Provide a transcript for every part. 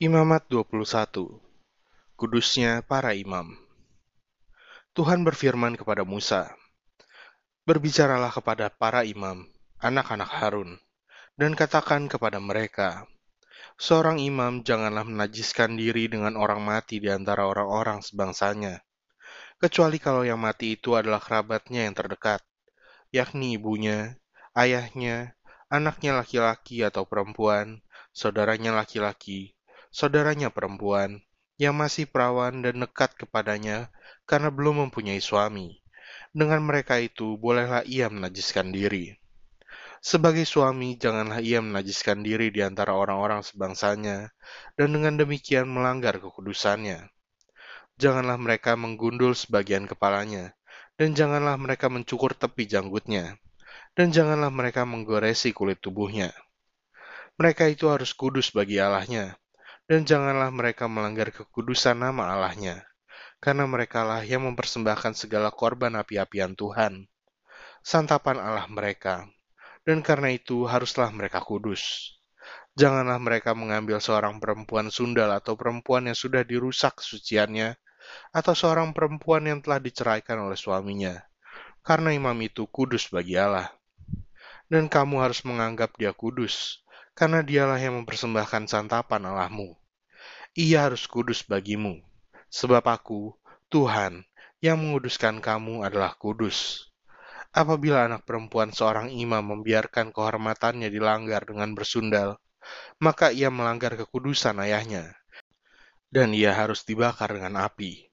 Imamat 21. Kudusnya para imam. Tuhan berfirman kepada Musa, "Berbicaralah kepada para imam, anak-anak Harun, dan katakan kepada mereka, seorang imam janganlah menajiskan diri dengan orang mati di antara orang-orang sebangsanya, kecuali kalau yang mati itu adalah kerabatnya yang terdekat, yakni ibunya, ayahnya, anaknya laki-laki atau perempuan, saudaranya laki-laki, saudaranya perempuan, yang masih perawan dan dekat kepadanya karena belum mempunyai suami. Dengan mereka itu, bolehlah ia menajiskan diri. Sebagai suami, janganlah ia menajiskan diri di antara orang-orang sebangsanya, dan dengan demikian melanggar kekudusannya. Janganlah mereka menggundul sebagian kepalanya, dan janganlah mereka mencukur tepi janggutnya, dan janganlah mereka menggoresi kulit tubuhnya. Mereka itu harus kudus bagi Allahnya, dan janganlah mereka melanggar kekudusan nama Allahnya, karena merekalah yang mempersembahkan segala korban api-apian Tuhan, santapan Allah mereka, dan karena itu haruslah mereka kudus. Janganlah mereka mengambil seorang perempuan sundal atau perempuan yang sudah dirusak kesuciannya, atau seorang perempuan yang telah diceraikan oleh suaminya, karena imam itu kudus bagi Allah. Dan kamu harus menganggap dia kudus, karena dialah yang mempersembahkan santapan Allahmu. Ia harus kudus bagimu, sebab aku, Tuhan, yang menguduskan kamu adalah kudus. Apabila anak perempuan seorang imam membiarkan kehormatannya dilanggar dengan bersundal, maka ia melanggar kekudusan ayahnya, dan ia harus dibakar dengan api.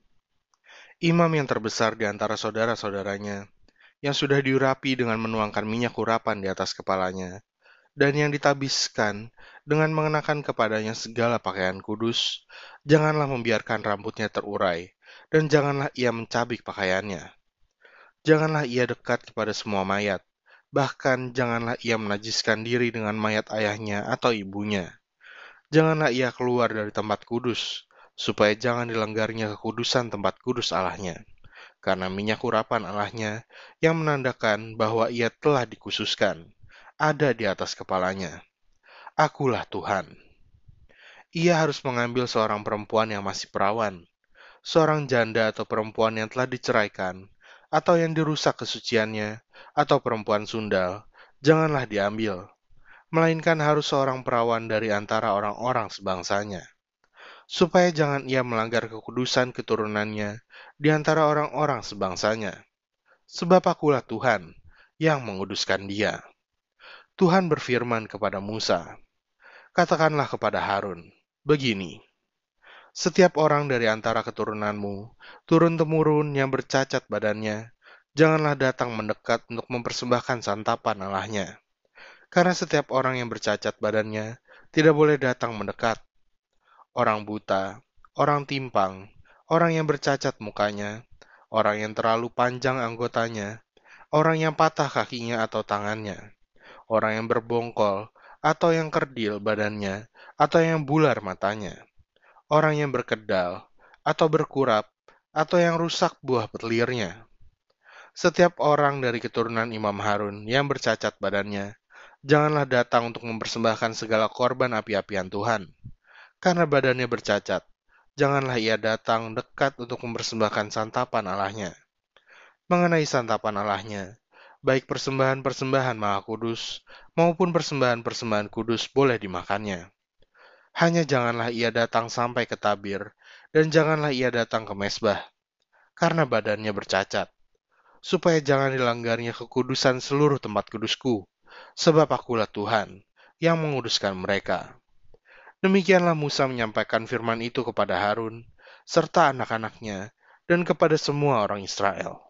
Imam yang terbesar di antara saudara-saudaranya, yang sudah diurapi dengan menuangkan minyak urapan di atas kepalanya, dan yang ditabiskan dengan mengenakan kepadanya segala pakaian kudus, janganlah membiarkan rambutnya terurai, dan janganlah ia mencabik pakaiannya. Janganlah ia dekat kepada semua mayat, bahkan janganlah ia menajiskan diri dengan mayat ayahnya atau ibunya. Janganlah ia keluar dari tempat kudus, supaya jangan dilanggarnya kekudusan tempat kudus Allahnya, karena minyak urapan Allahnya yang menandakan bahwa ia telah dikhususkan, ada di atas kepalanya. Akulah Tuhan. Ia harus mengambil seorang perempuan yang masih perawan, seorang janda atau perempuan yang telah diceraikan, atau yang dirusak kesuciannya, atau perempuan sundal, janganlah diambil, melainkan harus seorang perawan dari antara orang-orang sebangsanya, supaya jangan ia melanggar kekudusan keturunannya di antara orang-orang sebangsanya. Sebab akulah Tuhan yang menguduskan dia. Tuhan berfirman kepada Musa, "Katakanlah kepada Harun, begini, setiap orang dari antara keturunanmu, turun-temurun yang bercacat badannya, janganlah datang mendekat untuk mempersembahkan santapan Allahnya. Karena setiap orang yang bercacat badannya tidak boleh datang mendekat. Orang buta, orang timpang, orang yang bercacat mukanya, orang yang terlalu panjang anggotanya, orang yang patah kakinya atau tangannya, orang yang berbongkol, atau yang kerdil badannya, atau yang bular matanya, orang yang berkedal, atau berkurap, atau yang rusak buah petelirnya. Setiap orang dari keturunan Imam Harun yang bercacat badannya, janganlah datang untuk mempersembahkan segala korban api-apian Tuhan, karena badannya bercacat. Janganlah ia datang dekat untuk mempersembahkan santapan Allahnya. Mengenai santapan Allahnya, baik persembahan-persembahan maha kudus maupun persembahan-persembahan kudus boleh dimakannya. Hanya janganlah ia datang sampai ke tabir, dan janganlah ia datang ke mezbah, karena badannya bercacat, supaya jangan dilanggarnya kekudusan seluruh tempat kudusku, sebab akulah Tuhan yang menguduskan mereka." Demikianlah Musa menyampaikan firman itu kepada Harun, serta anak-anaknya, dan kepada semua orang Israel.